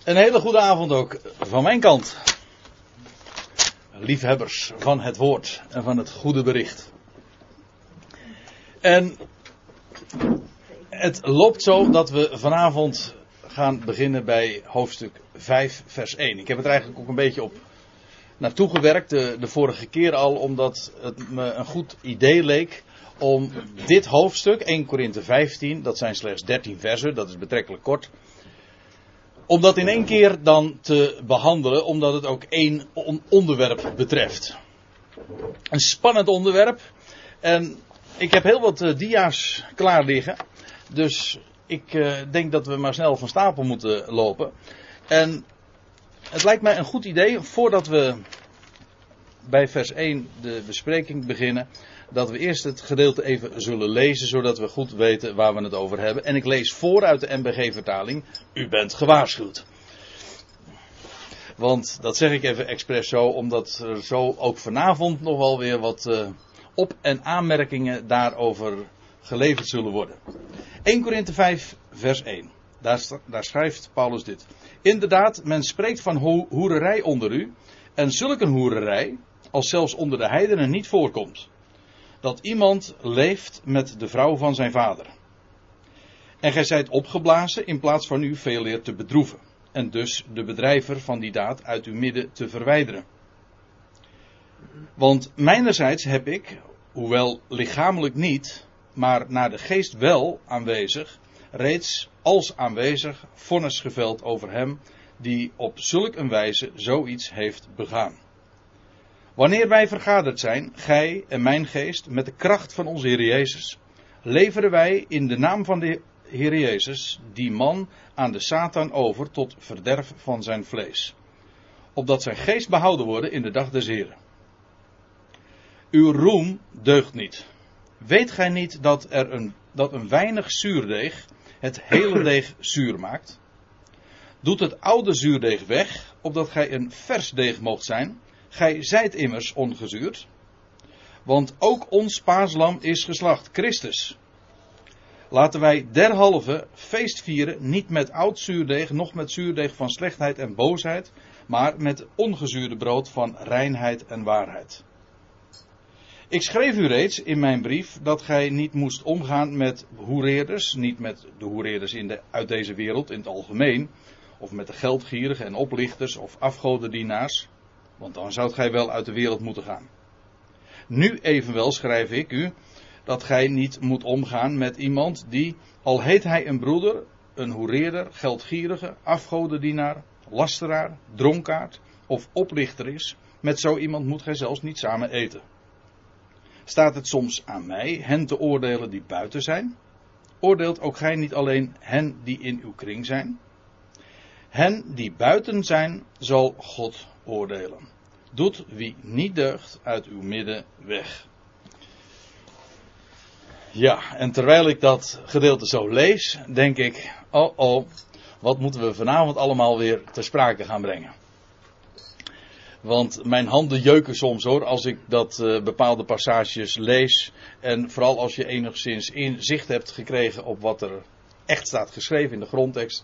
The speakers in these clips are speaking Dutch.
Een hele goede avond ook van mijn kant. Liefhebbers van het woord en van het goede bericht. En het loopt zo dat we vanavond gaan beginnen bij hoofdstuk 5 vers 1. Ik heb het er eigenlijk ook een beetje op naartoe gewerkt de vorige keer al, omdat het me een goed idee leek om dit hoofdstuk, 1 Korinthe 15, dat zijn slechts 13 versen, dat is betrekkelijk kort, om dat in één keer dan te behandelen, omdat het ook één onderwerp betreft. Een spannend onderwerp. En ik heb heel wat dia's klaar liggen. Dus ik denk dat we maar snel van stapel moeten lopen. En het lijkt mij een goed idee, voordat we bij vers 1 de bespreking beginnen, dat we eerst het gedeelte even zullen lezen, zodat we goed weten waar we het over hebben. En ik lees voor uit de MBG-vertaling. U bent gewaarschuwd. Want dat zeg ik even expres zo, omdat er zo ook vanavond nog wel weer wat op- en aanmerkingen daarover geleverd zullen worden. 1 Korinthe 5 vers 1. Daar schrijft Paulus dit. Inderdaad, men spreekt van hoererij onder u. En zulk een hoererij, als zelfs onder de heidenen niet voorkomt. Dat iemand leeft met de vrouw van zijn vader. En gij zijt opgeblazen in plaats van u veeleer te bedroeven. En dus de bedrijver van die daad uit uw midden te verwijderen. Want mijnerzijds heb ik, hoewel lichamelijk niet, maar naar de geest wel aanwezig, reeds als aanwezig vonnis geveld over hem die op zulk een wijze zoiets heeft begaan. Wanneer wij vergaderd zijn, gij en mijn geest, met de kracht van onze Heer Jezus, leveren wij in de naam van de Heer Jezus die man aan de Satan over tot verderf van zijn vlees. Opdat zijn geest behouden worden in de dag des Heren. Uw roem deugt niet. Weet gij niet dat een weinig zuurdeeg het hele deeg zuur maakt? Doet het oude zuurdeeg weg, opdat gij een vers deeg moogt zijn. Gij zijt immers ongezuurd. Want ook ons paaslam is geslacht, Christus. Laten wij derhalve feest vieren, niet met oud zuurdeeg, noch met zuurdeeg van slechtheid en boosheid, maar met ongezuurde brood van reinheid en waarheid. Ik schreef u reeds in mijn brief dat gij niet moest omgaan met hoereerders, niet met de hoereerders uit deze wereld in het algemeen, of met de geldgierigen en oplichters of afgodendienaars, want dan zoudt gij wel uit de wereld moeten gaan. Nu evenwel schrijf ik u dat gij niet moet omgaan met iemand die, al heet hij een broeder, een hoereerder, geldgierige, afgodendienaar, lasteraar, dronkaard of oplichter is. Met zo iemand moet gij zelfs niet samen eten. Staat het soms aan mij hen te oordelen die buiten zijn? Oordeelt ook gij niet alleen hen die in uw kring zijn? Hen die buiten zijn, zal God oordelen. Doet wie niet deugt uit uw midden weg. Ja, en terwijl ik dat gedeelte zo lees, denk ik, wat moeten we vanavond allemaal weer ter sprake gaan brengen. Want mijn handen jeuken soms hoor, als ik bepaalde passages lees. En vooral als je enigszins inzicht hebt gekregen op wat er echt staat geschreven in de grondtekst.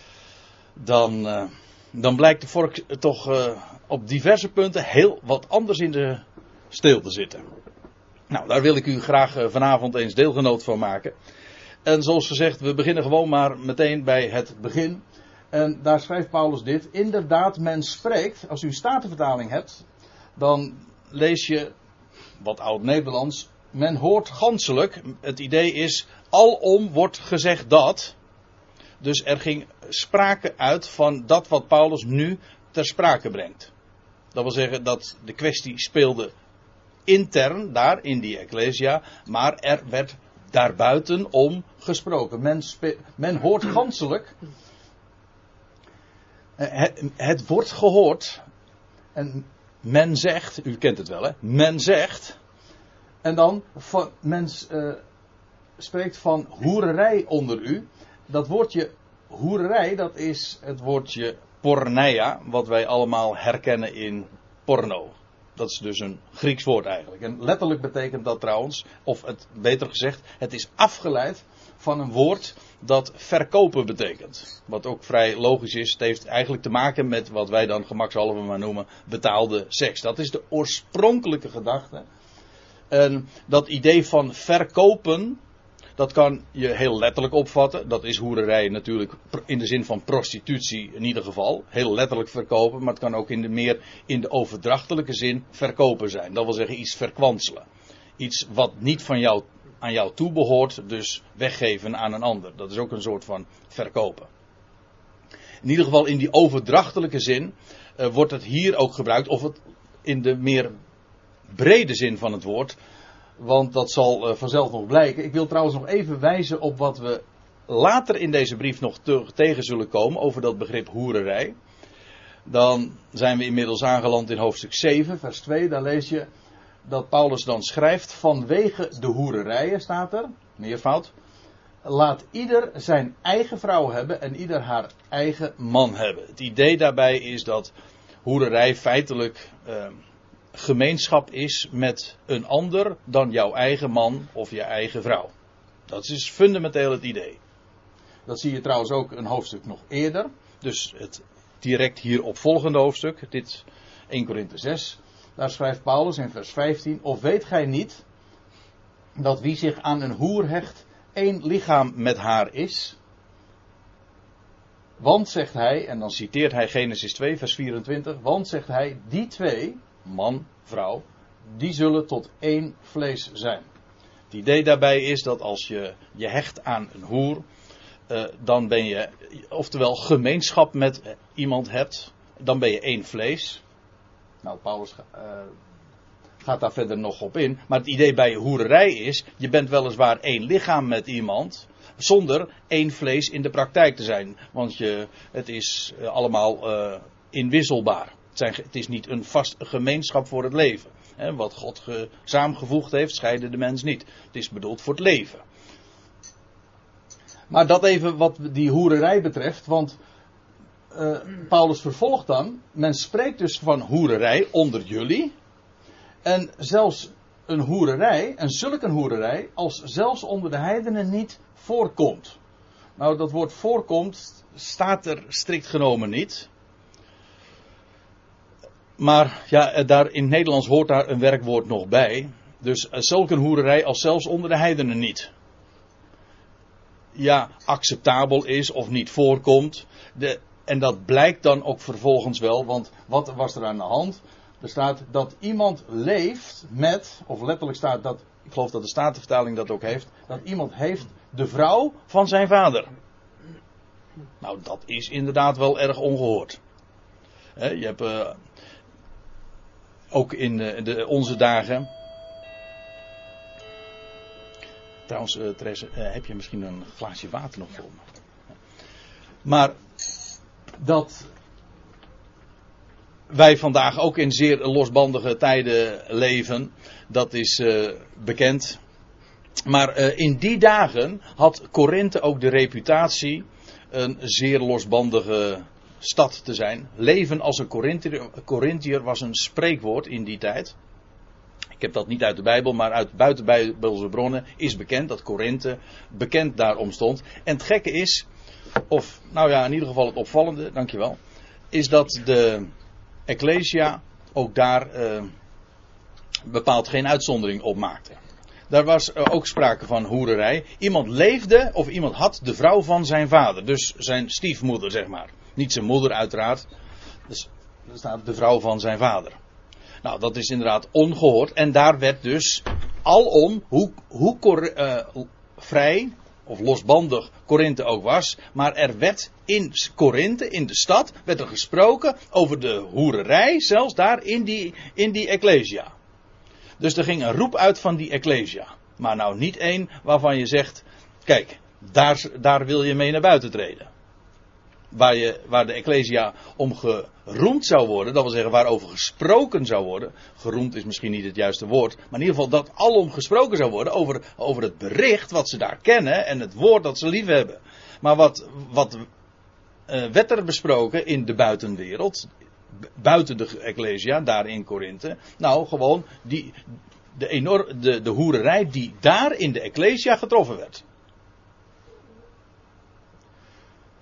Dan blijkt de vork toch op diverse punten heel wat anders in de steel te zitten. Nou, daar wil ik u graag vanavond eens deelgenoot van maken. En zoals gezegd, we beginnen gewoon maar meteen bij het begin. En daar schrijft Paulus dit. Inderdaad, men spreekt. Als u een Statenvertaling hebt, dan lees je, wat oud-Nederlands, men hoort ganselijk. Het idee is, alom wordt gezegd dat. Dus er ging sprake uit van dat wat Paulus nu ter sprake brengt. Dat wil zeggen dat de kwestie speelde intern, daar in die Ecclesia, maar er werd daarbuiten om gesproken. Men hoort ganselijk. Het wordt gehoord. En men zegt, u kent het wel hè, men zegt. En dan, men spreekt van hoererij onder u. Dat woordje hoererij, dat is het woordje porneia, wat wij allemaal herkennen in porno. Dat is dus een Grieks woord eigenlijk. En letterlijk betekent dat trouwens, of het beter gezegd, het is afgeleid van een woord dat verkopen betekent. Wat ook vrij logisch is. Het heeft eigenlijk te maken met wat wij dan gemakshalve maar noemen betaalde seks. Dat is de oorspronkelijke gedachte. En dat idee van verkopen, dat kan je heel letterlijk opvatten. Dat is hoererij natuurlijk in de zin van prostitutie in ieder geval. Heel letterlijk verkopen, maar het kan ook meer in de overdrachtelijke zin verkopen zijn. Dat wil zeggen iets verkwanselen. Iets wat niet aan jou toebehoort, dus weggeven aan een ander. Dat is ook een soort van verkopen. In ieder geval in die overdrachtelijke zin wordt het hier ook gebruikt, of het in de meer brede zin van het woord. Want dat zal vanzelf nog blijken. Ik wil trouwens nog even wijzen op wat we later in deze brief nog tegen zullen komen over dat begrip hoererij. Dan zijn we inmiddels aangeland in hoofdstuk 7, vers 2. Daar lees je dat Paulus dan schrijft: vanwege de hoererijen, staat er, meervoud. Laat ieder zijn eigen vrouw hebben en ieder haar eigen man hebben. Het idee daarbij is dat hoererij feitelijk gemeenschap is met een ander dan jouw eigen man of je eigen vrouw. Dat is fundamenteel het idee. Dat zie je trouwens ook een hoofdstuk nog eerder. Dus het direct hierop volgende hoofdstuk, dit 1 Korinthe 6. Daar schrijft Paulus in vers 15: of weet gij niet dat wie zich aan een hoer hecht, één lichaam met haar is? Want, zegt hij, en dan citeert hij Genesis 2 vers 24, want, zegt hij, die twee, man, vrouw, die zullen tot één vlees zijn. Het idee daarbij is dat als je je hecht aan een hoer, dan ben je, oftewel gemeenschap met iemand hebt, dan ben je één vlees. Nou, Paulus gaat daar verder nog op in. Maar het idee bij hoererij is, je bent weliswaar één lichaam met iemand, zonder één vlees in de praktijk te zijn. Want het is allemaal inwisselbaar. Het is niet een vaste gemeenschap voor het leven. Wat God samengevoegd heeft, scheiden de mens niet. Het is bedoeld voor het leven. Maar dat even wat die hoererij betreft, want Paulus vervolgt dan, men spreekt dus van hoererij onder jullie. En zelfs een hoererij, en zulke een hoererij, als zelfs onder de heidenen niet voorkomt. Nou, dat woord voorkomt staat er strikt genomen niet. Maar ja, daar in het Nederlands hoort daar een werkwoord nog bij. Dus zulke een hoererij als zelfs onder de heidenen niet. Ja, acceptabel is of niet voorkomt. En dat blijkt dan ook vervolgens wel, want wat was er aan de hand? Er staat dat iemand leeft met, of letterlijk staat dat, ik geloof dat de Statenvertaling dat ook heeft, dat iemand heeft de vrouw van zijn vader. Nou, dat is inderdaad wel erg ongehoord. Je hebt ook in onze dagen. Trouwens, Therese, heb je misschien een glaasje water nog voor me? Maar dat wij vandaag ook in zeer losbandige tijden leven, dat is bekend. Maar in die dagen had Korinthe ook de reputatie een zeer losbandige stad te zijn. Leven als een Korinthiër was een spreekwoord in die tijd. Ik heb dat niet uit de Bijbel, maar uit buitenbijbelse bronnen is bekend dat Korinthe bekend daarom stond. En het gekke is, of nou ja, in ieder geval het opvallende, dankjewel, is dat de Ecclesia ook daar bepaald geen uitzondering op maakte. Daar was ook sprake van hoererij. Iemand leefde of iemand had de vrouw van zijn vader. Dus zijn stiefmoeder, zeg maar. Niet zijn moeder uiteraard. Dus er staat de vrouw van zijn vader. Nou, dat is inderdaad ongehoord. En daar werd dus alom, hoe vrij of losbandig Korinthe ook was. Maar er werd in Korinthe, in de stad, werd er gesproken over de hoererij. Zelfs daar in die Ecclesia. Dus er ging een roep uit van die Ecclesia. Maar nou niet één waarvan je zegt, kijk, daar wil je mee naar buiten treden. Waar de Ecclesia om geroemd zou worden, dat wil zeggen waarover gesproken zou worden. Geroemd is misschien niet het juiste woord, maar in ieder geval dat alom gesproken zou worden over het bericht wat ze daar kennen en het woord dat ze lief hebben. Maar wat werd er besproken in de buitenwereld, buiten de Ecclesia, daar in Korinthe? Nou, gewoon de hoererij die daar in de Ecclesia getroffen werd.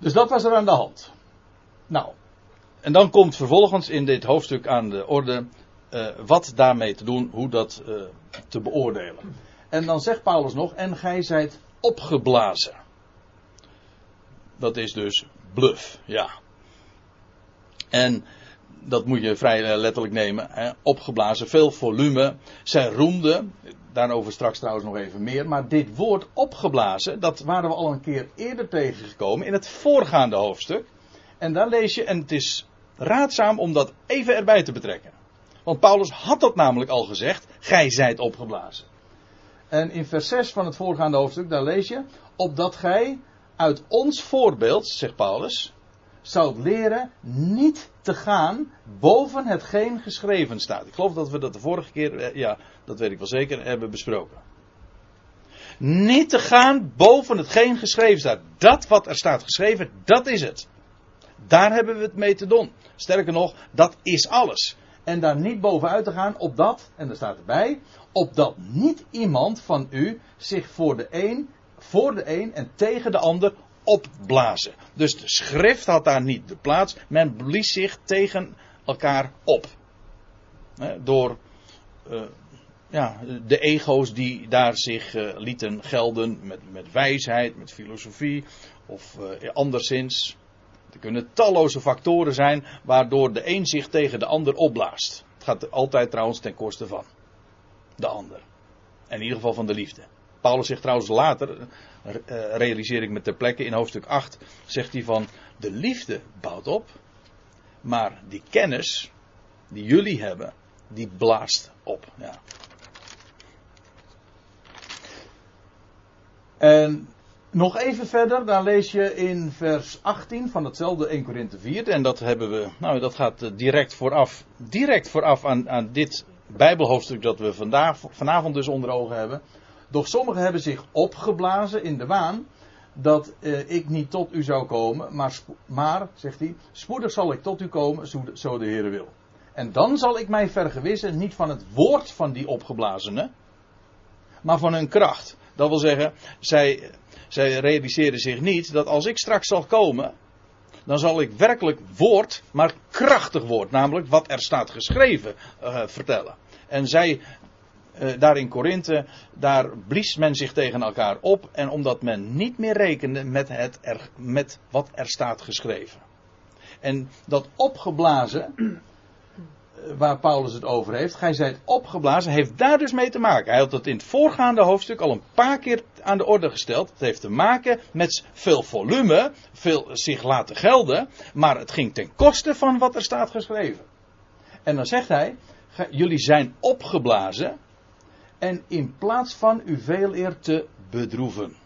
Dus dat was er aan de hand. Nou, en dan komt vervolgens in dit hoofdstuk aan de orde wat daarmee te doen, hoe dat te beoordelen. En dan zegt Paulus nog, en gij zijt opgeblazen. Dat is dus bluff, ja. En dat moet je vrij letterlijk nemen. Hè? Opgeblazen, veel volume. Zij roemden, daarover straks trouwens nog even meer. Maar dit woord opgeblazen, dat waren we al een keer eerder tegengekomen in het voorgaande hoofdstuk. En daar lees je, en het is raadzaam om dat even erbij te betrekken. Want Paulus had dat namelijk al gezegd, gij zijt opgeblazen. En in vers 6 van het voorgaande hoofdstuk, daar lees je, opdat gij uit ons voorbeeld, zegt Paulus, zoudt leren niet te gaan boven hetgeen geschreven staat. Ik geloof dat we dat de vorige keer, ja, dat weet ik wel zeker, hebben besproken. Niet te gaan boven hetgeen geschreven staat. Dat wat er staat geschreven, dat is het. Daar hebben we het mee te doen. Sterker nog, dat is alles. En daar niet bovenuit te gaan, opdat, en daar staat erbij, opdat niet iemand van u zich voor de een en tegen de ander opblazen. Dus de schrift had daar niet de plaats. Men blies zich tegen elkaar op. Door de ego's die daar zich lieten gelden met wijsheid, met filosofie of anderszins. Er kunnen talloze factoren zijn waardoor de een zich tegen de ander opblaast. Het gaat altijd trouwens ten koste van de ander. En in ieder geval van de liefde. Paulus zegt trouwens later, realiseer ik me ter plekke in hoofdstuk 8, zegt hij van de liefde bouwt op, maar die kennis die jullie hebben, die blaast op. Ja. En nog even verder, dan lees je in vers 18 van hetzelfde 1 Korinthe 4. En dat hebben we, dat gaat direct vooraf aan dit Bijbelhoofdstuk dat we vanavond dus onder ogen hebben. Doch sommigen hebben zich opgeblazen in de waan dat ik niet tot u zou komen. Maar, zegt hij, spoedig zal ik tot u komen, zo de Heere wil. En dan zal ik mij vergewissen, niet van het woord van die opgeblazenen, maar van hun kracht. Dat wil zeggen, zij realiseren zich niet dat als ik straks zal komen, dan zal ik werkelijk woord, maar krachtig woord, namelijk wat er staat geschreven, vertellen. En zij, daar in Korinthe, daar blies men zich tegen elkaar op. En omdat men niet meer rekende met wat er staat geschreven. En dat opgeblazen, waar Paulus het over heeft, gij zijt opgeblazen, heeft daar dus mee te maken. Hij had het in het voorgaande hoofdstuk al een paar keer aan de orde gesteld. Het heeft te maken met veel volume, veel zich laten gelden, maar het ging ten koste van wat er staat geschreven. En dan zegt hij, jullie zijn opgeblazen en in plaats van u veel eer te bedroeven.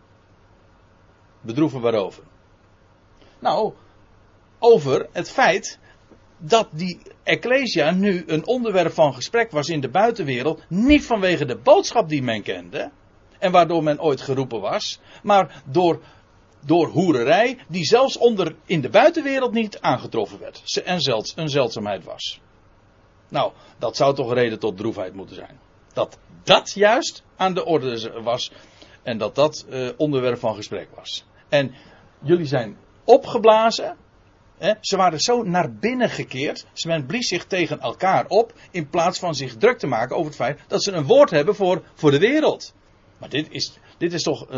Bedroeven waarover? Nou, over het feit dat die Ecclesia nu een onderwerp van gesprek was in de buitenwereld, niet vanwege de boodschap die men kende, en waardoor men ooit geroepen was, maar door hoererij, die zelfs in de buitenwereld niet aangetroffen werd, en zelfs een zeldzaamheid was. Nou, dat zou toch een reden tot droefheid moeten zijn. Dat juist aan de orde was, en dat onderwerp van gesprek was. En jullie zijn opgeblazen. Ze waren zo naar binnen gekeerd. Men blies zich tegen elkaar op. In plaats van zich druk te maken over het feit dat ze een woord hebben voor de wereld. Maar dit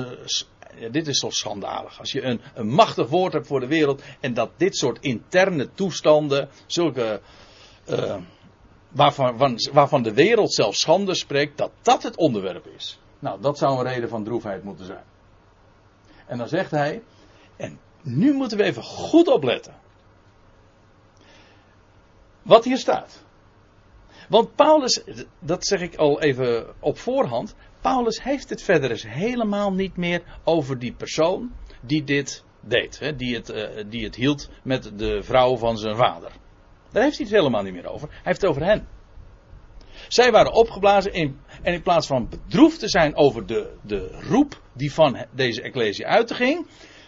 is toch schandalig. Als je een machtig woord hebt voor de wereld. En dat dit soort interne toestanden. Zulke waarvan de wereld zelf schande spreekt. Dat het onderwerp is. Nou, dat zou een reden van droefheid moeten zijn. En dan zegt hij. En nu moeten we even goed opletten. Wat hier staat. Want Paulus, dat zeg ik al even op voorhand. Paulus heeft het verder eens helemaal niet meer over die persoon die dit deed. Hè, die het hield met de vrouw van zijn vader. Daar heeft hij het helemaal niet meer over. Hij heeft het over hen. Zij waren opgeblazen en in plaats van bedroefd te zijn over de roep die van deze Ecclesia uitging,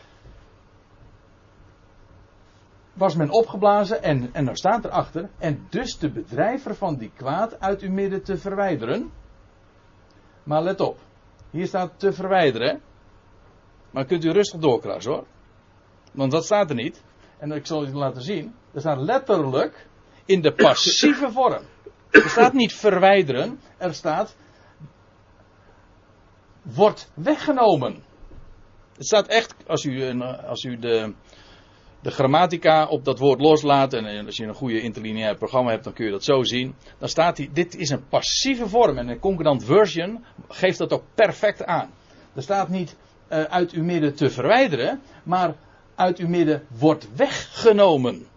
was men opgeblazen en dan staat erachter, en dus de bedrijver van die kwaad uit uw midden te verwijderen. Maar let op, hier staat te verwijderen, maar kunt u rustig doorkrassen hoor. Want dat staat er niet. En ik zal het laten zien. Er staat letterlijk in de passieve vorm. Er staat niet verwijderen. Er staat wordt weggenomen. Het staat echt, als u de grammatica op dat woord loslaat. En als je een goede interlineair programma hebt, dan kun je dat zo zien. Dan staat hier, dit is een passieve vorm. En een concordant version geeft dat ook perfect aan. Er staat niet uit uw midden te verwijderen. Maar uit uw midden wordt weggenomen.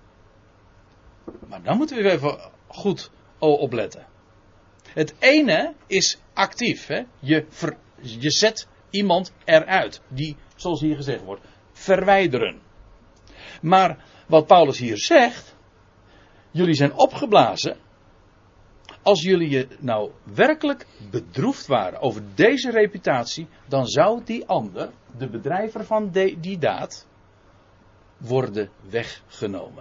Maar dan moeten we even goed opletten. Het ene is actief. Hè? Je zet iemand eruit. Die, zoals hier gezegd wordt, verwijderen. Maar wat Paulus hier zegt. Jullie zijn opgeblazen. Als jullie je nou werkelijk bedroefd waren over deze reputatie. Dan zou die ander, de bedrijver van die daad, worden weggenomen.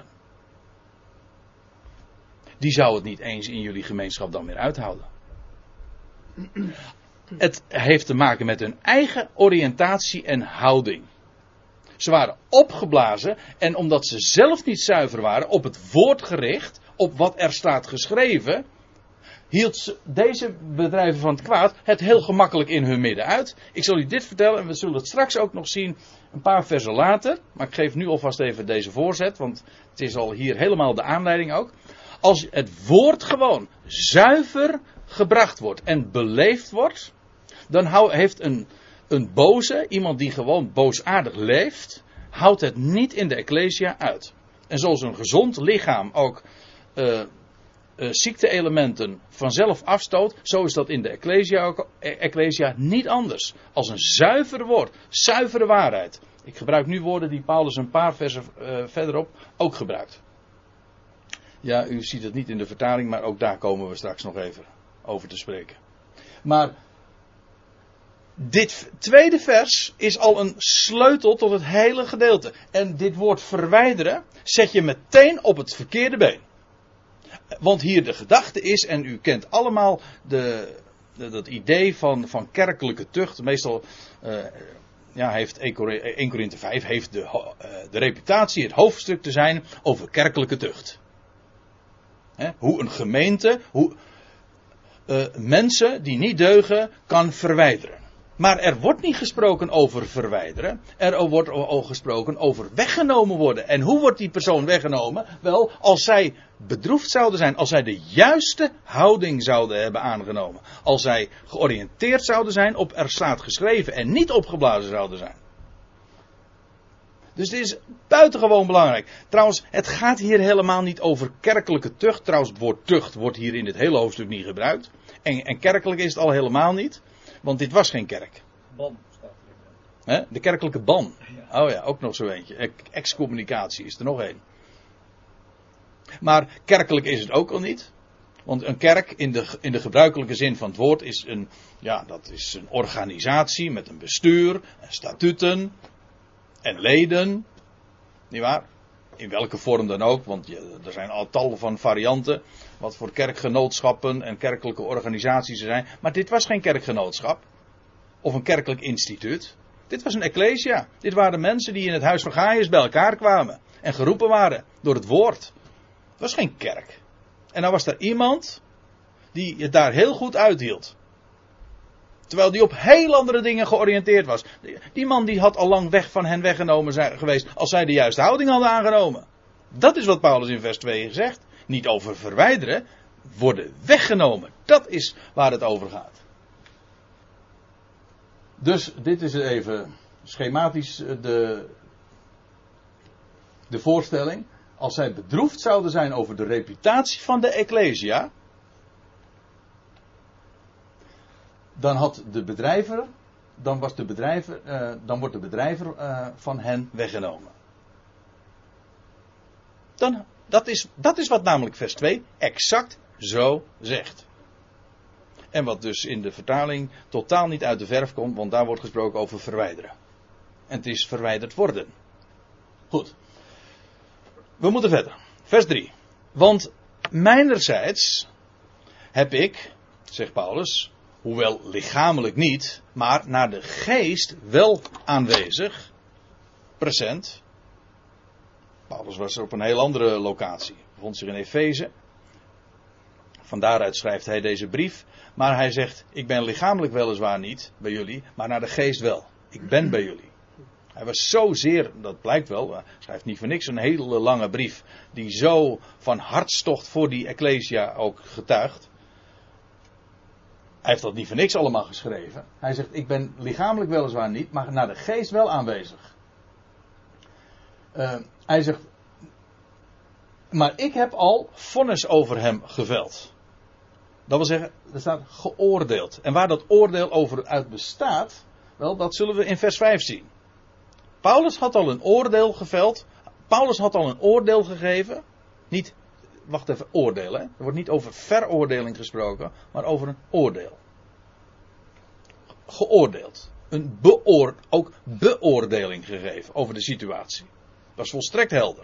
Die zou het niet eens in jullie gemeenschap dan meer uithouden. Het heeft te maken met hun eigen oriëntatie en houding. Ze waren opgeblazen en omdat ze zelf niet zuiver waren, op het woord gericht, op wat er staat geschreven, hield deze bedrijven van het kwaad het heel gemakkelijk in hun midden uit. Ik zal u dit vertellen en we zullen het straks ook nog zien een paar versen later. Maar ik geef nu alvast even deze voorzet, want het is al hier helemaal de aanleiding ook. Als het woord gewoon zuiver gebracht wordt en beleefd wordt, dan heeft een boze, iemand die gewoon boosaardig leeft, houdt het niet in de Ecclesia uit. En zoals een gezond lichaam ook ziekte-elementen vanzelf afstoot, zo is dat in de Ecclesia niet anders. Als een zuiver woord, zuivere waarheid. Ik gebruik nu woorden die Paulus een paar versen verderop ook gebruikt. Ja, u ziet het niet in de vertaling, maar ook daar komen we straks nog even over te spreken. Maar dit tweede vers is al een sleutel tot het hele gedeelte. En dit woord verwijderen zet je meteen op het verkeerde been. Want hier de gedachte is, en u kent allemaal dat idee van kerkelijke tucht. Meestal heeft 1 Korinthe 5 heeft de reputatie, het hoofdstuk te zijn over kerkelijke tucht. Hoe een gemeente, mensen die niet deugen kan verwijderen. Maar er wordt niet gesproken over verwijderen. Er wordt gesproken over weggenomen worden. En hoe wordt die persoon weggenomen? Wel, als zij bedroefd zouden zijn. Als zij de juiste houding zouden hebben aangenomen. Als zij georiënteerd zouden zijn op er staat geschreven. En niet opgeblazen zouden zijn. Dus dit is buitengewoon belangrijk. Trouwens, het gaat hier helemaal niet over kerkelijke tucht. Trouwens, het woord tucht wordt hier in dit hele hoofdstuk niet gebruikt. En kerkelijk is het al helemaal niet. Want dit was geen kerk. Ban staat er. De kerkelijke ban. Oh ja, ook nog zo eentje. Excommunicatie is er nog één. Maar kerkelijk is het ook al niet. Want een kerk in de gebruikelijke zin van het woord is een organisatie met een bestuur, en statuten en leden. Niet waar? In welke vorm dan ook, want er zijn al tal van varianten. Wat voor kerkgenootschappen en kerkelijke organisaties er zijn. Maar dit was geen kerkgenootschap. Of een kerkelijk instituut. Dit was een ecclesia. Dit waren mensen die in het huis van Gaius bij elkaar kwamen. En geroepen waren door het woord. Het was geen kerk. En dan was er iemand die het daar heel goed uithield. Terwijl die op heel andere dingen georiënteerd was. Die man die had al lang weg van hen weggenomen geweest als zij de juiste houding hadden aangenomen. Dat is wat Paulus in vers 2 zegt. Niet over verwijderen, worden weggenomen. Dat is waar het over gaat. Dus dit is even schematisch de voorstelling. Als zij bedroefd zouden zijn over de reputatie van de Ecclesia, dan wordt de bedrijver van hen weggenomen. Dat is wat namelijk vers 2 exact zo zegt. En wat dus in de vertaling totaal niet uit de verf komt, want daar wordt gesproken over verwijderen. En het is verwijderd worden. Goed. We moeten verder. Vers 3. Want mijnerzijds heb ik, zegt Paulus, hoewel lichamelijk niet, maar naar de geest wel aanwezig, present, Paulus was op een heel andere locatie. Bevond zich in Efeze. Van daaruit schrijft hij deze brief. Maar hij zegt, ik ben lichamelijk weliswaar niet bij jullie, maar naar de geest wel. Ik ben bij jullie. Hij was zozeer, dat blijkt wel, hij schrijft niet voor niks een hele lange brief. Die zo van hartstocht voor die Ecclesia ook getuigt. Hij heeft dat niet voor niks allemaal geschreven. Hij zegt, ik ben lichamelijk weliswaar niet, maar naar de geest wel aanwezig. Hij zegt, maar ik heb al vonnis over hem geveld. Dat wil zeggen, er staat geoordeeld. En waar dat oordeel over uit bestaat, wel, dat zullen we in vers 5 zien. Paulus had al een oordeel geveld. Paulus had al een oordeel gegeven. Niet, wacht even, oordeel. Hè? Er wordt niet over veroordeling gesproken, maar over een oordeel. Geoordeeld. Ook beoordeling gegeven over de situatie. Dat is volstrekt helder.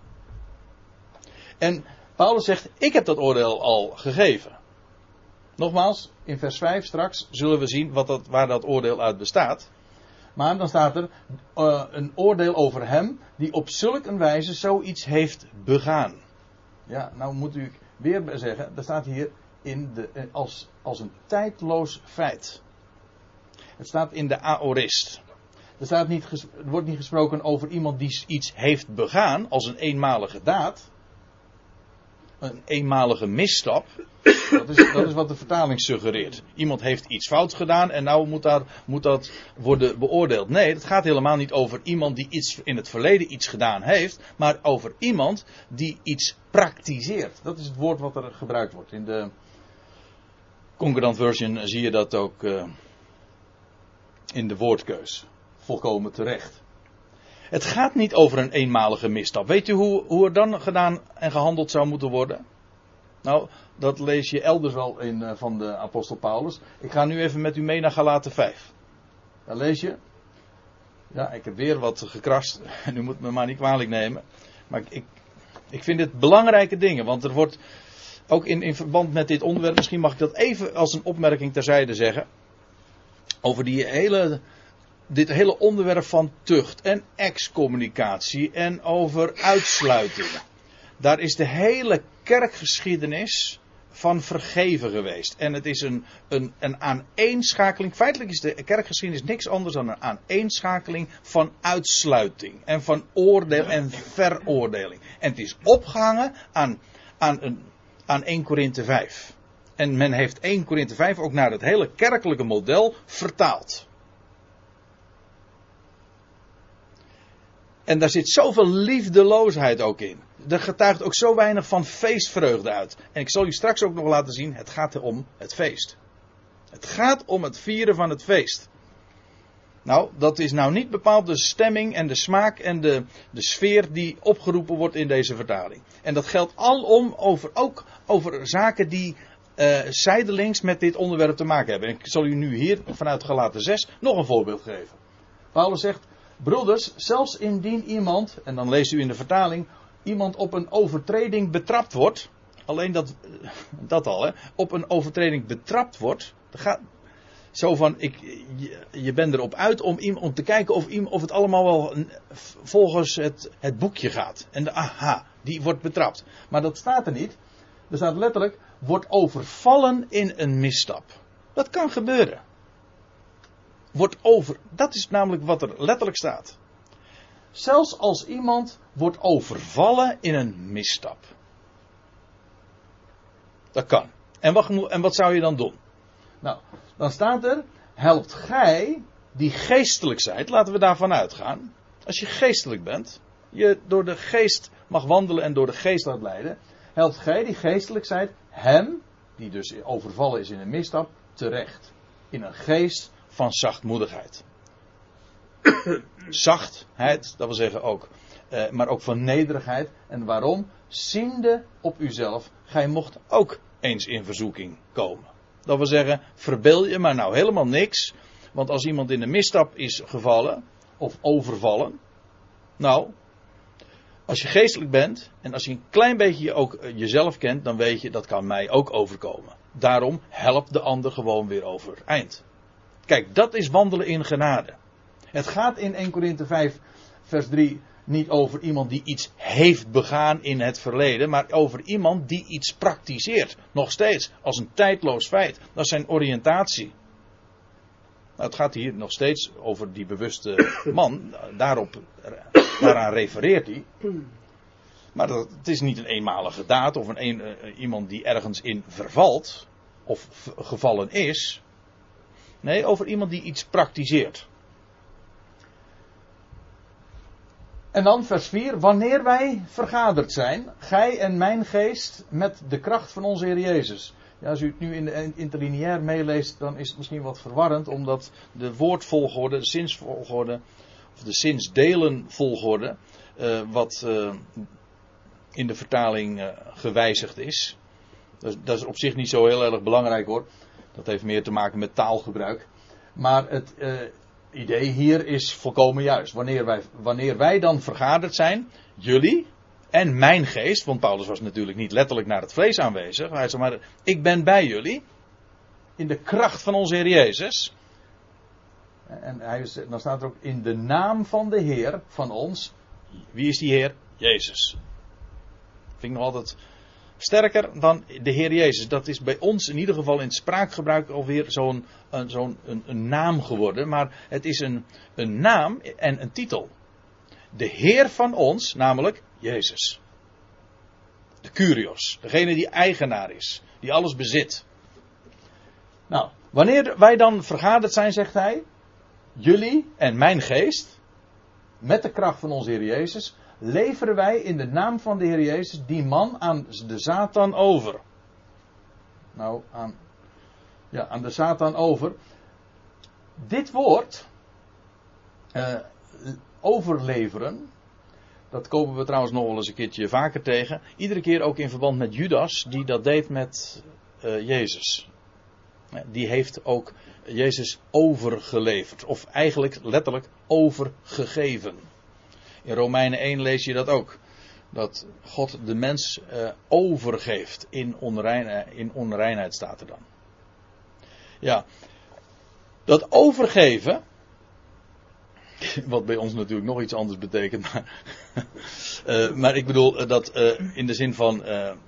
En Paulus zegt, ik heb dat oordeel al gegeven. Nogmaals, in vers 5 straks zullen we zien waar dat oordeel uit bestaat. Maar dan staat er een oordeel over hem die op zulk een wijze zoiets heeft begaan. Ja, nou moet u weer zeggen, er staat hier als een tijdloos feit. Het staat in de aorist. Er wordt niet gesproken over iemand die iets heeft begaan als een eenmalige daad. Een eenmalige misstap. Dat is wat de vertaling suggereert. Iemand heeft iets fout gedaan en nou moet dat worden beoordeeld. Nee, het gaat helemaal niet over iemand die iets in het verleden iets gedaan heeft. Maar over iemand die iets praktiseert. Dat is het woord wat er gebruikt wordt. In de Concordant Version zie je dat ook in de woordkeus. Volkomen terecht. Het gaat niet over een eenmalige misstap. Weet u hoe er dan gedaan en gehandeld zou moeten worden? Nou, dat lees je elders wel in van de apostel Paulus. Ik ga nu even met u mee naar Galaten 5. Daar lees je. Ja, ik heb weer wat gekrast. U moet me maar niet kwalijk nemen. Maar ik vind het belangrijke dingen. Want er wordt ook in verband met dit onderwerp, misschien mag ik dat even als een opmerking terzijde zeggen. Over dit hele onderwerp van tucht en excommunicatie en over uitsluiting. Daar is de hele kerkgeschiedenis van vergeven geweest. En het is een aaneenschakeling. Feitelijk is de kerkgeschiedenis niks anders dan een aaneenschakeling van uitsluiting. En van oordeel en veroordeling. En het is opgehangen aan 1 Korinthe 5. En men heeft 1 Korinthe 5 ook naar het hele kerkelijke model vertaald. En daar zit zoveel liefdeloosheid ook in. Er getuigt ook zo weinig van feestvreugde uit. En ik zal u straks ook nog laten zien, het gaat om het feest. Het gaat om het vieren van het feest. Nou, dat is nou niet bepaald de stemming en de smaak en de sfeer die opgeroepen wordt in deze vertaling. En dat geldt alom ook over zaken die zijdelings met dit onderwerp te maken hebben. En ik zal u nu hier vanuit Galaten 6 nog een voorbeeld geven. Paulus zegt, broeders, zelfs indien iemand, en dan leest u in de vertaling, iemand op een overtreding betrapt wordt. Alleen dat al, hè. Op een overtreding betrapt wordt. Zo van, je bent erop uit om te kijken of het allemaal wel volgens het boekje gaat. En die wordt betrapt. Maar dat staat er niet. Er staat letterlijk, wordt overvallen in een misstap. Dat kan gebeuren. Dat is namelijk wat er letterlijk staat. Zelfs als iemand wordt overvallen in een misstap. Dat kan. En wat zou je dan doen? Nou, dan staat er, helpt gij die geestelijk zijt, laten we daarvan uitgaan. Als je geestelijk bent, je door de geest mag wandelen en door de geest laat leiden. Helpt gij die geestelijk zijt, hem, die dus overvallen is in een misstap, terecht. In een geest van zachtmoedigheid. Zachtheid, dat wil zeggen ook, maar ook van nederigheid. En waarom? Ziende op uzelf, gij mocht ook eens in verzoeking komen. Dat wil zeggen, verbeel je maar nou helemaal niks. Want als iemand in een misstap is gevallen, of overvallen. Nou, als je geestelijk bent, en als je een klein beetje ook jezelf kent, dan weet je, dat kan mij ook overkomen. Daarom helpt de ander gewoon weer overeind. Kijk, dat is wandelen in genade. Het gaat in 1 Korinthe 5 vers 3 niet over iemand die iets heeft begaan in het verleden, maar over iemand die iets praktiseert. Nog steeds, als een tijdloos feit. Dat is zijn oriëntatie. Nou, het gaat hier nog steeds over die bewuste man. Daaraan refereert hij. Maar het is niet een eenmalige daad of iemand die ergens in vervalt of gevallen is. Nee, over iemand die iets praktiseert. En dan vers 4. Wanneer wij vergaderd zijn, gij en mijn geest, met de kracht van onze Heer Jezus. Ja, als u het nu in de interlineair meeleest, dan is het misschien wat verwarrend, omdat de woordvolgorde, de zinsvolgorde, of de zinsdelenvolgorde, wat in de vertaling gewijzigd is. Dat is op zich niet zo heel erg belangrijk hoor. Dat heeft meer te maken met taalgebruik. Maar het idee hier is volkomen juist. Wanneer wij dan vergaderd zijn, jullie en mijn geest, want Paulus was natuurlijk niet letterlijk naar het vlees aanwezig. Hij zei maar, ik ben bij jullie, in de kracht van onze Heer Jezus. En dan staat er ook in de naam van de Heer van ons. Wie is die Heer? Jezus. Vind ik nog altijd sterker dan de Heer Jezus. Dat is bij ons in ieder geval in het spraakgebruik alweer zo'n naam geworden. Maar het is een naam en een titel. De Heer van ons, namelijk Jezus. De Kyrios. Degene die eigenaar is. Die alles bezit. Nou, wanneer wij dan vergaderd zijn, zegt hij. Jullie en mijn geest. Met de kracht van onze Heer Jezus. Leveren wij in de naam van de Heer Jezus die man aan de Satan over. Nou, aan de Satan over. Dit woord, overleveren, dat komen we trouwens nog wel eens een keertje vaker tegen. Iedere keer ook in verband met Judas, die dat deed met Jezus. Die heeft ook Jezus overgeleverd. Of eigenlijk letterlijk overgegeven. In Romeinen 1 lees je dat ook. Dat God de mens overgeeft. In onreinheid staat er dan. Ja. Dat overgeven. Wat bij ons natuurlijk nog iets anders betekent. Maar ik bedoel dat in de zin van.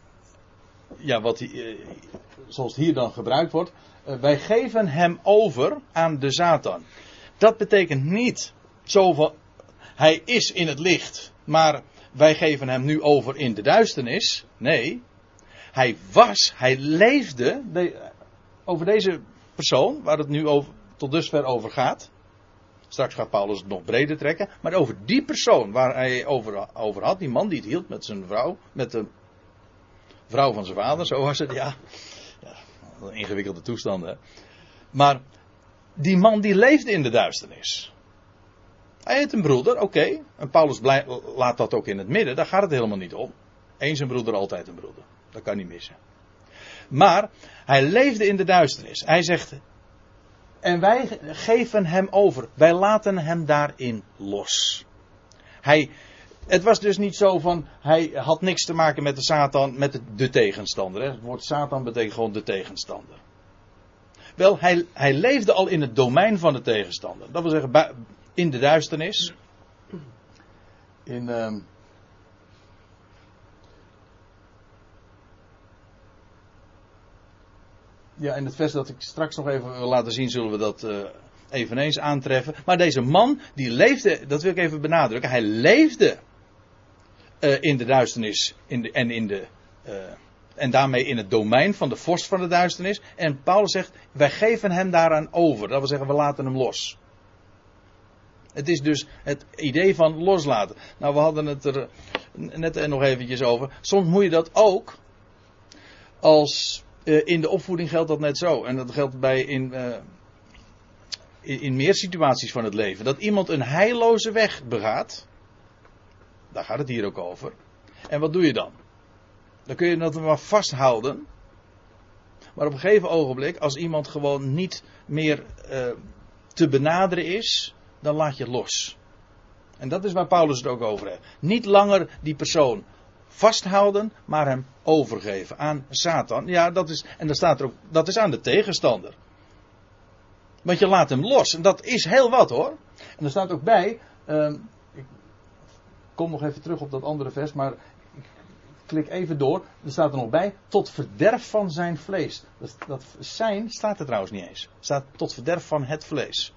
Zoals het hier dan gebruikt wordt. Wij geven hem over aan de Satan. Dat betekent niet zo van. Hij is in het licht, maar wij geven hem nu over in de duisternis. Nee, hij leefde, over deze persoon, waar het nu tot dusver over gaat. Straks gaat Paulus het nog breder trekken. Maar over die persoon waar hij over had, die man die het hield met zijn vrouw, met de vrouw van zijn vader, zo was het, ja een ingewikkelde toestand, hè. Maar die man die leefde in de duisternis. Hij heeft een broeder, oké. En Paulus laat dat ook in het midden. Daar gaat het helemaal niet om. Eens een broeder, altijd een broeder. Dat kan niet missen. Maar hij leefde in de duisternis. Hij zegt. En wij geven hem over. Wij laten hem daarin los. Het was dus niet zo van. Hij had niks te maken met de Satan, met de tegenstander. Hè. Het woord Satan betekent gewoon de tegenstander. Wel, hij leefde al in het domein van de tegenstander. Dat wil zeggen. In de duisternis. In het vers dat ik straks nog even wil laten zien, zullen we dat eveneens aantreffen. Maar deze man, die leefde, dat wil ik even benadrukken. Hij leefde in de duisternis en daarmee in het domein van de vorst van de duisternis. En Paulus zegt, wij geven hem daaraan over. Dat wil zeggen, we laten hem los. Het is dus het idee van loslaten. Nou, we hadden het er net nog eventjes over. Soms moet je dat ook. Als in de opvoeding geldt dat net zo. En dat geldt in meer situaties van het leven. Dat iemand een heilloze weg begaat. Daar gaat het hier ook over. En wat doe je dan? Dan kun je dat maar vasthouden. Maar op een gegeven ogenblik, als iemand gewoon niet meer te benaderen is, dan laat je het los. En dat is waar Paulus het ook over heeft. Niet langer die persoon vasthouden, maar hem overgeven aan Satan. Ja, dat is, en dan staat er ook, dat is aan de tegenstander. Want je laat hem los. En dat is heel wat hoor. En er staat ook bij, ik kom nog even terug op dat andere vers, maar ik klik even door. Er staat er nog bij, tot verderf van zijn vlees. Dat zijn staat er trouwens niet eens. Er staat tot verderf van het vlees.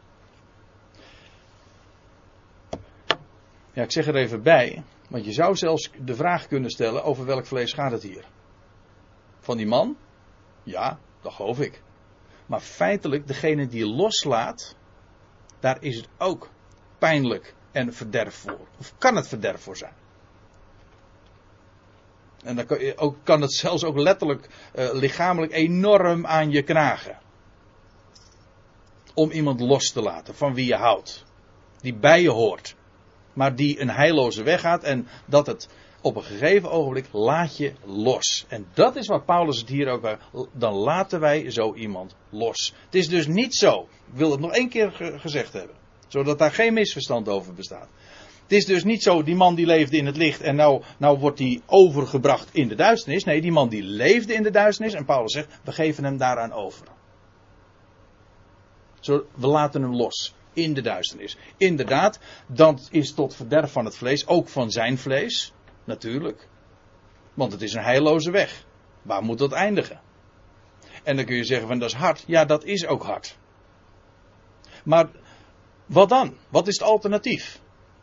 Ja, ik zeg er even bij, want je zou zelfs de vraag kunnen stellen, over welk vlees gaat het hier? Van die man? Ja, dat geloof ik. Maar feitelijk, degene die loslaat, daar is het ook pijnlijk en verderf voor. Of kan het verderf voor zijn. En dan kan het zelfs ook letterlijk lichamelijk enorm aan je knagen. Om iemand los te laten van wie je houdt. Die bij je hoort. Maar die een heilloze weg gaat en dat het op een gegeven ogenblik laat je los. En dat is wat Paulus het hier ook. Dan laten wij zo iemand los. Het is dus niet zo. Ik wil het nog één keer gezegd hebben. Zodat daar geen misverstand over bestaat. Het is dus niet zo, die man die leefde in het licht en nou wordt hij overgebracht in de duisternis. Nee, die man die leefde in de duisternis en Paulus zegt, we geven hem daaraan over. We laten hem los in de duisternis. Inderdaad, dat is tot verderf van het vlees, ook van zijn vlees. Natuurlijk. Want het is een heilloze weg. Waar moet dat eindigen? En dan kun je zeggen van dat is hard. Ja, dat is ook hard. Maar wat dan? Wat is het alternatief?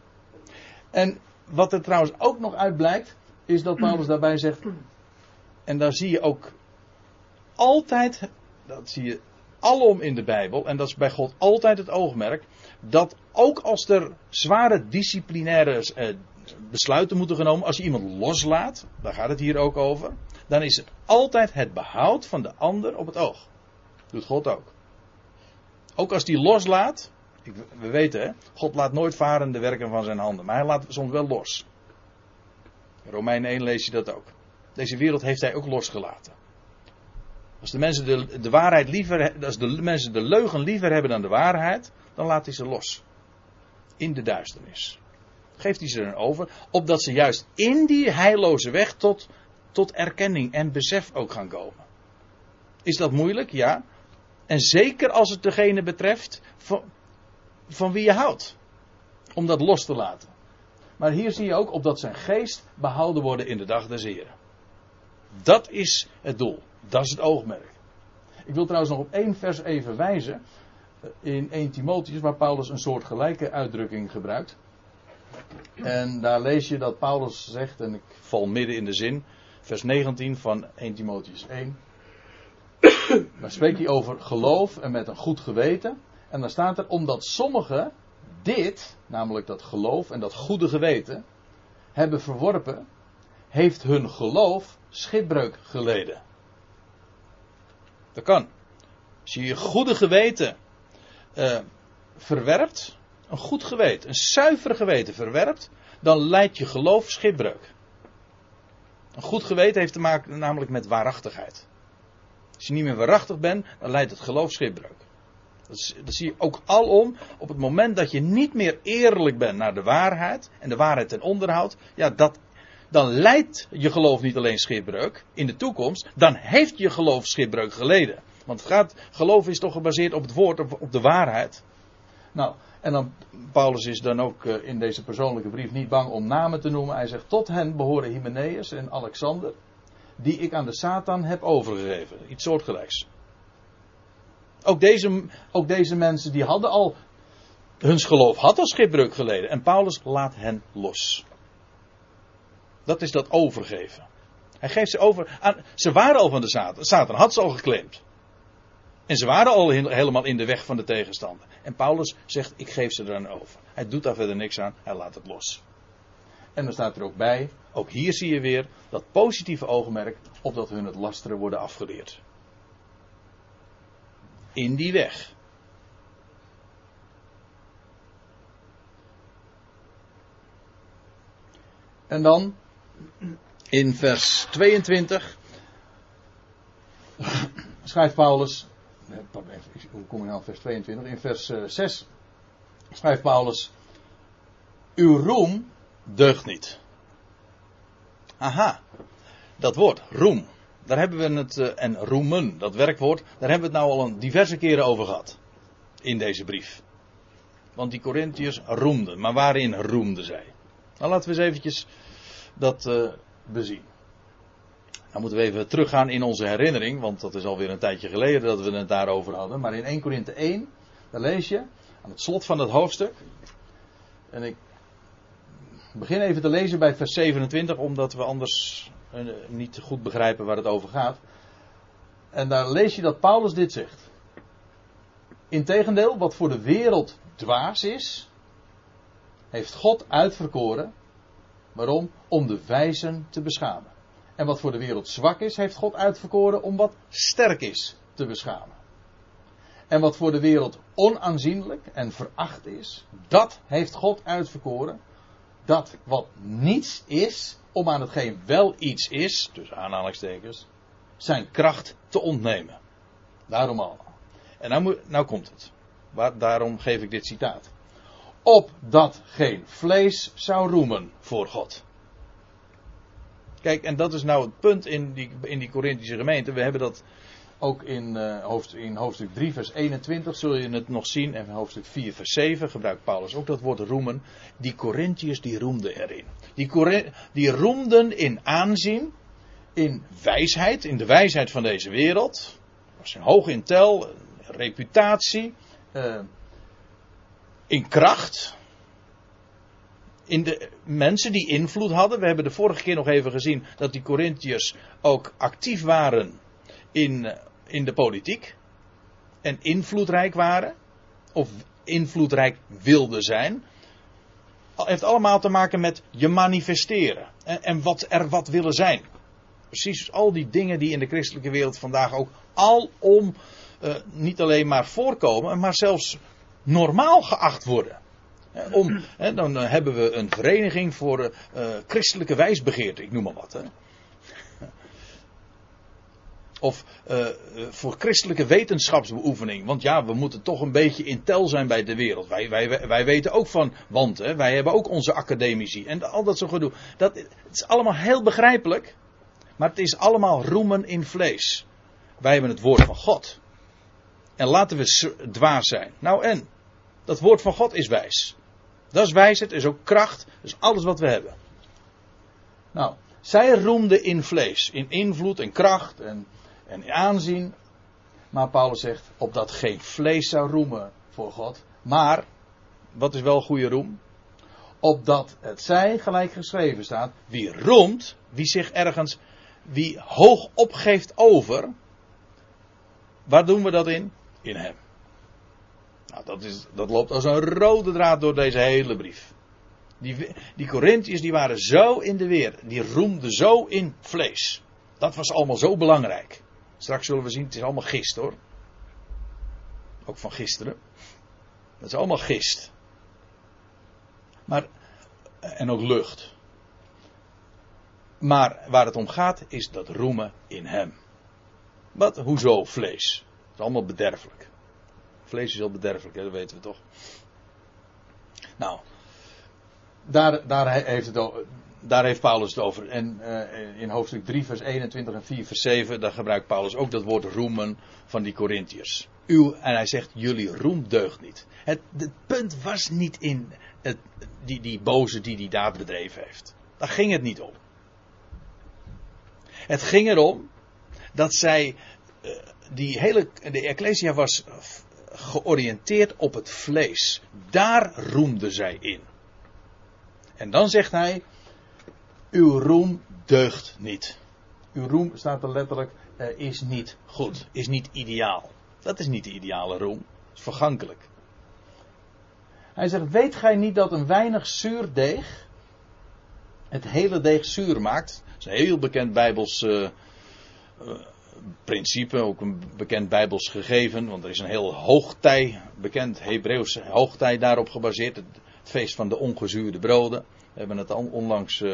En wat er trouwens ook nog uit blijkt, is dat Paulus daarbij zegt, en daar zie je ook altijd, dat zie je alom in de Bijbel, en dat is bij God altijd het oogmerk, dat ook als er zware disciplinaire besluiten moeten genomen, als je iemand loslaat, daar gaat het hier ook over, dan is het altijd het behoud van de ander op het oog. Doet God ook. Ook als die loslaat, we weten hè, God laat nooit varen de werken van zijn handen, maar hij laat soms wel los. In Romeinen 1 lees je dat ook. Deze wereld heeft hij ook losgelaten. Als de mensen de waarheid liever, als de mensen de leugen liever hebben dan de waarheid, dan laat hij ze los. In de duisternis. Geeft hij ze dan over, opdat ze juist in die heilloze weg tot erkenning en besef ook gaan komen. Is dat moeilijk? Ja. En zeker als het degene betreft van wie je houdt. Om dat los te laten. Maar hier zie je ook opdat zijn geest behouden wordt in de dag des Heren. Dat is het doel. Dat is het oogmerk. Ik wil trouwens nog op 1 vers even wijzen. In 1 Timotheus, waar Paulus een soort gelijke uitdrukking gebruikt. En daar lees je dat Paulus zegt, en ik val midden in de zin, vers 19 van 1 Timotheus 1. Daar spreekt hij over geloof en met een goed geweten. En dan staat er, omdat sommigen dit, namelijk dat geloof en dat goede geweten, hebben verworpen, heeft hun geloof schipbreuk geleden. Dat kan. Als je je goede geweten verwerpt, een goed geweten, een zuiver geweten verwerpt, dan leidt je geloof schipbreuk. Een goed geweten heeft te maken namelijk met waarachtigheid. Als je niet meer waarachtig bent, dan leidt het geloof schipbreuk. Dat zie je ook alom op het moment dat je niet meer eerlijk bent naar de waarheid en de waarheid ten onderhoud, ja, dan leidt je geloof niet alleen schipbreuk in de toekomst, dan heeft je geloof schipbreuk geleden. Want geloof is toch gebaseerd op het woord, op de waarheid. Nou, en dan Paulus is dan ook in deze persoonlijke brief niet bang om namen te noemen. Hij zegt, tot hen behoren Hymenaeus en Alexander, die ik aan de Satan heb overgegeven. Iets soortgelijks. Ook deze mensen die hadden al, hun geloof had al schipbreuk geleden. En Paulus laat hen los. Dat is dat overgeven. Hij geeft ze over aan, ze waren al van de Satan. Satan had ze al geclaimd. En ze waren al helemaal in de weg van de tegenstander. En Paulus zegt, ik geef ze er aan over. Hij doet daar verder niks aan, hij laat het los. En dan staat er ook bij, ook hier zie je weer dat positieve oogmerk, opdat hun het lasteren worden afgeleerd. In die weg. En dan in vers 22 schrijft Paulus, hoe kom ik nou op vers 22? In vers 6 schrijft Paulus, uw roem deugt niet. Aha, dat woord, roem. Daar hebben we het, en roemen, dat werkwoord, daar hebben we het nou al een diverse keren over gehad. In deze brief. Want die Korintiërs roemden, maar waarin roemden zij? Nou, laten we eens eventjes dat bezien. Dan moeten we even teruggaan in onze herinnering, want dat is alweer een tijdje geleden dat we het daarover hadden. Maar in 1 Korinthe 1, daar lees je, aan het slot van het hoofdstuk. En ik begin even te lezen bij vers 27, omdat we anders niet goed begrijpen waar het over gaat. En daar lees je dat Paulus dit zegt. Integendeel, wat voor de wereld dwaas is, heeft God uitverkoren. Waarom? Om de wijzen te beschamen. En wat voor de wereld zwak is, heeft God uitverkoren om wat sterk is te beschamen. En wat voor de wereld onaanzienlijk en veracht is, dat heeft God uitverkoren. Dat wat niets is, om aan hetgeen wel iets is, tussen aanhalingstekens, zijn kracht te ontnemen. Daarom allemaal. En nou komt het. Daarom geef ik dit citaat. Opdat geen vlees zou roemen voor God. Kijk, en dat is nou het punt in die Korinthische gemeente. We hebben dat ook in hoofdstuk 3 vers 21 zul je het nog zien. En in hoofdstuk 4 vers 7 gebruikt Paulus ook dat woord roemen. Die Korinthiërs die roemden erin. Die roemden in aanzien, in wijsheid, in de wijsheid van deze wereld. Was een hoog in tel, reputatie, in kracht. In de mensen die invloed hadden. We hebben de vorige keer nog even gezien dat die Korinthiërs ook actief waren in de politiek. En invloedrijk waren. Of invloedrijk wilden zijn. Het heeft allemaal te maken met je manifesteren. En wat willen zijn. Precies al die dingen die in de christelijke wereld vandaag ook alom niet alleen maar voorkomen. Maar zelfs normaal geacht worden. Dan hebben we een vereniging voor christelijke wijsbegeerte, ik noem maar wat. Hè. Of voor christelijke wetenschapsbeoefening. Want ja, we moeten toch een beetje in tel zijn bij de wereld. Wij weten ook van, want wij hebben ook onze academici. En al dat soort gedoe. Het is allemaal heel begrijpelijk. Maar het is allemaal roemen in vlees. Wij hebben het woord van God. En laten we dwaas zijn. Nou en? Dat woord van God is wijs. Dat is wijsheid, is ook kracht. Dat is alles wat we hebben. Nou, zij roemden in vlees. In invloed en kracht en in aanzien. Maar Paulus zegt, opdat geen vlees zou roemen voor God. Maar, wat is wel goede roem? Opdat het zij, gelijk geschreven staat, wie roemt, wie hoog opgeeft over. Waar doen we dat in? In hem. Nou, dat loopt als een rode draad door deze hele brief. Die Korinthiërs die waren zo in de weer. Die roemden zo in vlees. Dat was allemaal zo belangrijk. Straks zullen we zien, het is allemaal gist hoor. Ook van gisteren. Dat is allemaal gist. En ook lucht. Maar waar het om gaat is dat roemen in hem. Hoezo vlees? Dat is allemaal bederfelijk. Vlees is heel bederfelijk, hè? Dat weten we toch. Nou, daar heeft Paulus het over. En in hoofdstuk 3 vers 21 en 4 vers 7, daar gebruikt Paulus ook dat woord roemen van die Korinthiërs. En hij zegt, jullie roem deugt niet. Het punt was niet in die boze die daad bedreven heeft. Daar ging het niet om. Het ging erom dat zij, de Ecclesia was georiënteerd op het vlees. Daar roemden zij in. En dan zegt hij, uw roem deugt niet. Uw roem, staat er letterlijk, is niet goed, is niet ideaal. Dat is niet de ideale roem, dat is vergankelijk. Hij zegt, weet gij niet dat een weinig zuur deeg het hele deeg zuur maakt? Dat is een heel bekend Bijbels principe, ook een bekend Bijbels gegeven, want er is een heel hoogtij, bekend Hebreeuws hoogtij daarop gebaseerd, het feest van de ongezuurde broden. We hebben het onlangs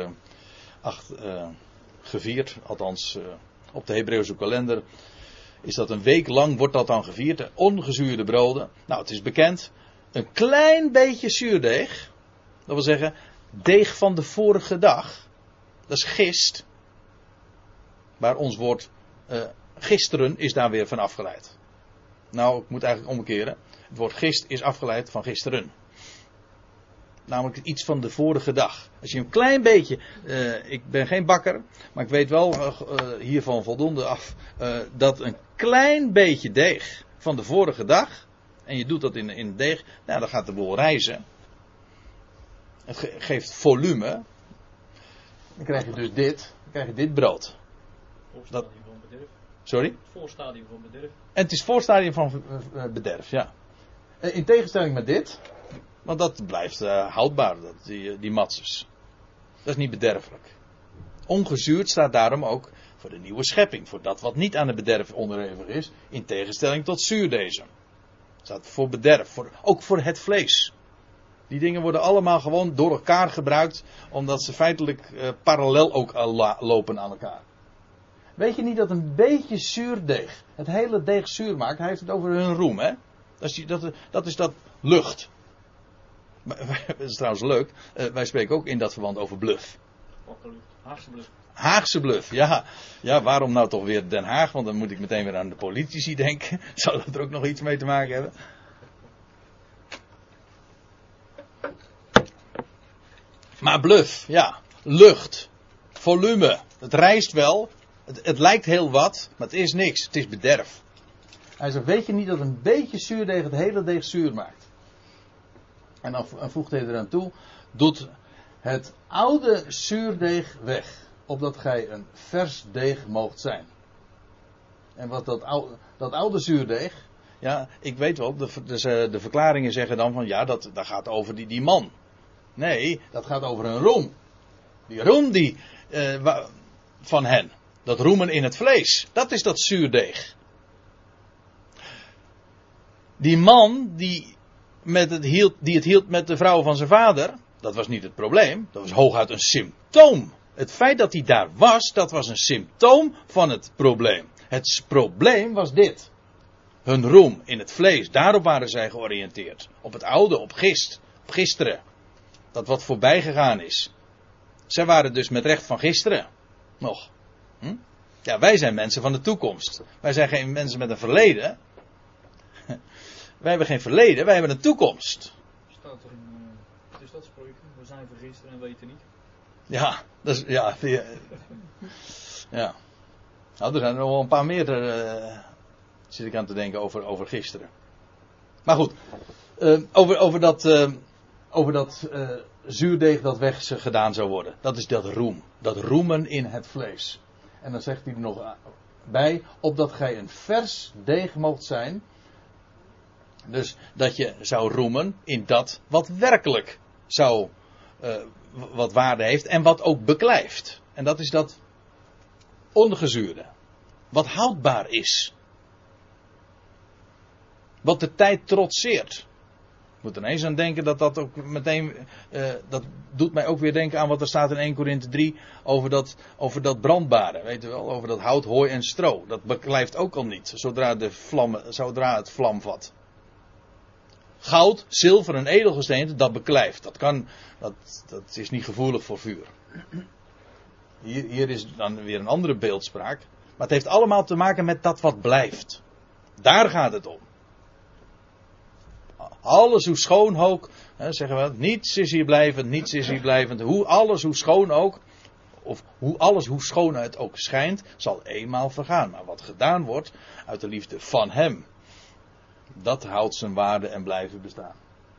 gevierd, althans op de Hebreeuwse kalender is dat een week lang, wordt dat dan gevierd, de ongezuurde broden. Nou, het is bekend, een klein beetje zuurdeeg, dat wil zeggen, deeg van de vorige dag, dat is gist, waar ons woord gisteren is daar weer van afgeleid. Nou, ik moet eigenlijk omkeren. Het woord gist is afgeleid van gisteren. Namelijk iets van de vorige dag. Als je een klein beetje, ik ben geen bakker, maar ik weet wel hiervan voldoende af, dat een klein beetje deeg van de vorige dag, en je doet dat in deeg, nou dan gaat de boel rijzen. Het geeft volume. Dan krijg je dus dit, brood. Voorstadium van bederf. Sorry? Het voorstadium van bederf. En het is voorstadium van bederf, ja. In tegenstelling met dit, want dat blijft houdbaar, die matzes. Dat is niet bederfelijk. Ongezuurd staat daarom ook voor de nieuwe schepping. Voor dat wat niet aan de bederf onderhevig is. In tegenstelling tot zuurdezen. Staat voor bederf. Ook voor het vlees. Die dingen worden allemaal gewoon door elkaar gebruikt. Omdat ze feitelijk parallel ook lopen aan elkaar. Weet je niet dat een beetje zuurdeeg het hele deeg zuur maakt? Hij heeft het over hun roem, hè? Dat is dat lucht. Dat is trouwens leuk. Wij spreken ook in dat verband over bluff. Haagse bluff. Haagse bluff, ja. Ja, waarom nou toch weer Den Haag? Want dan moet ik meteen weer aan de politici denken. Zou dat er ook nog iets mee te maken hebben? Maar bluff, ja. Lucht. Volume. Het rijst wel. Het lijkt heel wat, maar het is niks. Het is bederf. Hij zegt, weet je niet dat een beetje zuurdeeg het hele deeg zuur maakt? En dan voegt hij eraan toe, doet het oude zuurdeeg weg, opdat gij een vers deeg moogt zijn. En wat dat oude zuurdeeg, ja, ik weet wel, de verklaringen zeggen dan van, ja, dat gaat over die man. Nee, dat gaat over een roem. Die roem van hen. Dat roemen in het vlees, dat is dat zuurdeeg. Die man die het hield met de vrouw van zijn vader, dat was niet het probleem. Dat was hooguit een symptoom. Het feit dat hij daar was, dat was een symptoom van het probleem. Het probleem was dit. Hun roem in het vlees, daarop waren zij georiënteerd. Op het oude, op gisteren. Dat wat voorbij gegaan is. Zij waren dus met recht van gisteren. Nog. Ja, wij zijn mensen van de toekomst. Wij zijn geen mensen met een verleden. Wij hebben geen verleden, wij hebben een toekomst. Staat er wat is dat spreuken? We zijn vergisteren en weten niet. Ja, dat is, ja. Nou, er zijn er nog wel een paar meer, zit ik aan te denken over gisteren. Maar goed, over dat zuurdeeg dat weggedaan zou worden. Dat is dat roem. Dat roemen in het vlees. En dan zegt hij er nog bij, opdat gij een vers deeg moogt zijn. Dus dat je zou roemen in dat wat werkelijk wat waarde heeft en wat ook beklijft. En dat is dat ongezuurde. Wat houdbaar is. Wat de tijd trotseert. Ik moet er ineens aan denken dat ook meteen, dat doet mij ook weer denken aan wat er staat in 1 Korinthe 3 over dat brandbare. Weet je wel, over dat hout, hooi en stro. Dat beklijft ook al niet, zodra het vlam vat. Goud, zilver en edelgesteente, dat beklijft. Dat is niet gevoelig voor vuur. Hier is dan weer een andere beeldspraak. Maar het heeft allemaal te maken met dat wat blijft. Daar gaat het om. Alles hoe schoon ook, zeggen we, niets is hier blijvend, niets is hier blijvend. Hoe schoon ook, of hoe schoon het ook schijnt, zal eenmaal vergaan. Maar wat gedaan wordt uit de liefde van hem, dat houdt zijn waarde en blijven bestaan.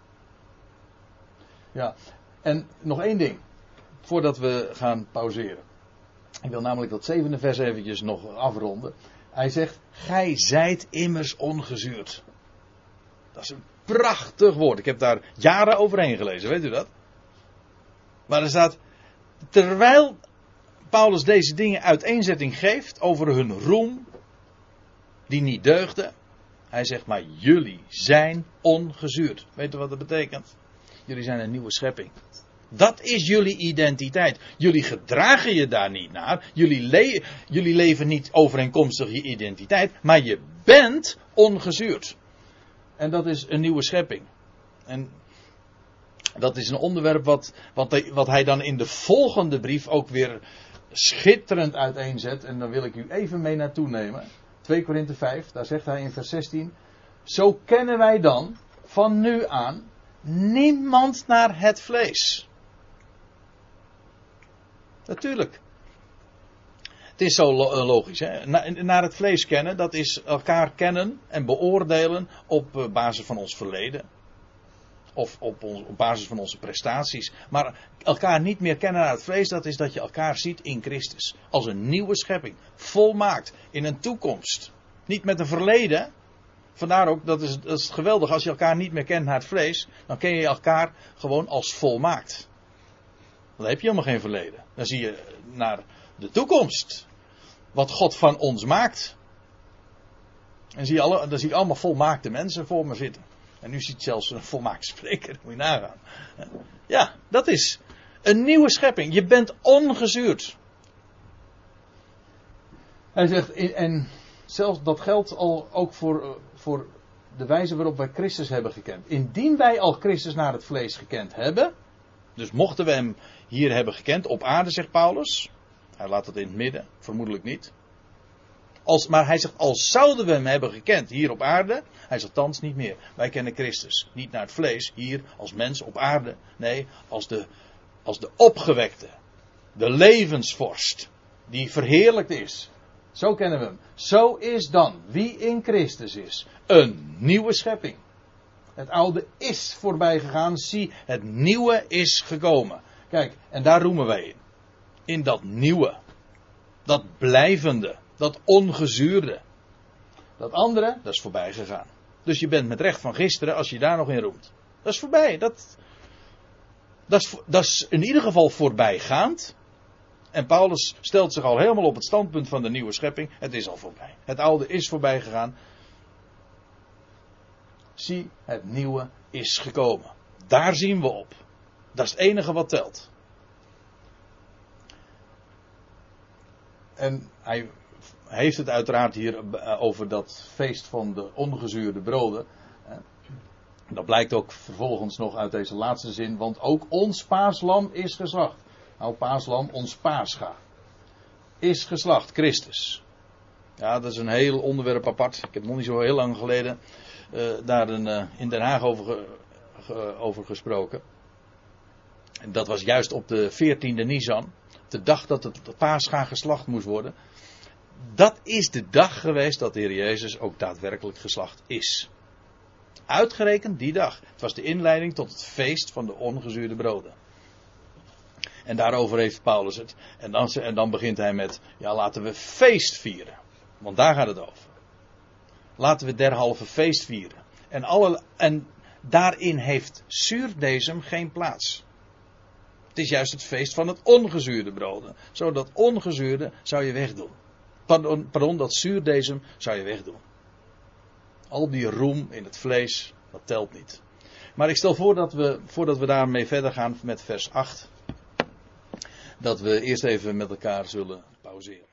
Ja, en nog één ding, voordat we gaan pauzeren. Ik wil namelijk dat 7e vers eventjes nog afronden. Hij zegt, gij zijt immers ongezuurd. Dat is een prachtig woord. Ik heb daar jaren overheen gelezen, weet u dat? Maar er staat, terwijl Paulus deze dingen uiteenzetting geeft over hun roem, die niet deugde. Hij zegt, maar jullie zijn ongezuurd. Weet u wat dat betekent? Jullie zijn een nieuwe schepping. Dat is jullie identiteit. Jullie gedragen je daar niet naar. Jullie leven niet overeenkomstig je identiteit. Maar je bent ongezuurd. En dat is een nieuwe schepping. En dat is een onderwerp wat hij dan in de volgende brief ook weer schitterend uiteenzet. En daar wil ik u even mee naartoe nemen. 2 Korinthe 5, daar zegt hij in vers 16. Zo kennen wij dan van nu aan niemand naar het vlees. Natuurlijk. Het is zo logisch. Hè? Naar het vlees kennen, dat is elkaar kennen en beoordelen op basis van ons verleden. Of op basis van onze prestaties. Maar elkaar niet meer kennen naar het vlees, dat is dat je elkaar ziet in Christus. Als een nieuwe schepping. Volmaakt. In een toekomst. Niet met een verleden. Vandaar ook, dat is geweldig. Als je elkaar niet meer kent naar het vlees, dan ken je elkaar gewoon als volmaakt. Dan heb je helemaal geen verleden. Dan zie je naar de toekomst. Wat God van ons maakt. En dan zie je allemaal volmaakte mensen voor me zitten. En nu ziet zelfs een volmaakt spreker. Moet je nagaan. Ja, dat is een nieuwe schepping. Je bent ongezuurd. Hij zegt, en zelfs dat geldt al ook voor de wijze waarop wij Christus hebben gekend. Indien wij al Christus naar het vlees gekend hebben. Dus mochten we hem hier hebben gekend op aarde, zegt Paulus. Hij laat het in het midden, vermoedelijk niet. Maar hij zegt, als zouden we hem hebben gekend hier op aarde. Hij zegt, thans niet meer. Wij kennen Christus. Niet naar het vlees, hier als mens op aarde. Nee, als de opgewekte. De levensvorst. Die verheerlijkt is. Zo kennen we hem. Zo is dan, wie in Christus is, een nieuwe schepping. Het oude is voorbij gegaan. Zie, het nieuwe is gekomen. Kijk, en daar roemen wij in. In dat nieuwe. Dat blijvende. Dat ongezuurde. Dat andere, dat is voorbij gegaan. Dus je bent met recht van gisteren als je daar nog in roemt. Dat is voorbij. Dat is in ieder geval voorbijgaand. En Paulus stelt zich al helemaal op het standpunt van de nieuwe schepping. Het is al voorbij. Het oude is voorbij gegaan. Zie, het nieuwe is gekomen. Daar zien we op. Dat is het enige wat telt. En hij heeft het uiteraard hier over dat feest van de ongezuurde broden. Dat blijkt ook vervolgens nog uit deze laatste zin. Want ook ons paaslam is geslacht. Nou, paaslam, ons paascha. Is geslacht, Christus. Ja, dat is een heel onderwerp apart. Ik heb nog niet zo heel lang geleden daar in Den Haag over gesproken. En dat was juist op de 14e Nisan. De dag dat het paascha geslacht moest worden. Dat is de dag geweest dat de Heer Jezus ook daadwerkelijk geslacht is. Uitgerekend die dag. Het was de inleiding tot het feest van de ongezuurde broden. En daarover heeft Paulus het. En dan begint hij met, ja, laten we feest vieren. Want daar gaat het over. Laten we derhalve feest vieren. En daarin heeft zuurdesem geen plaats. Het is juist het feest van het ongezuurde broden. Zodat ongezuurde zou je wegdoen. Pardon, dat zuurdesem zou je wegdoen. Al die roem in het vlees, dat telt niet. Maar ik stel voor dat voordat we daarmee verder gaan met vers 8, dat we eerst even met elkaar zullen pauzeren.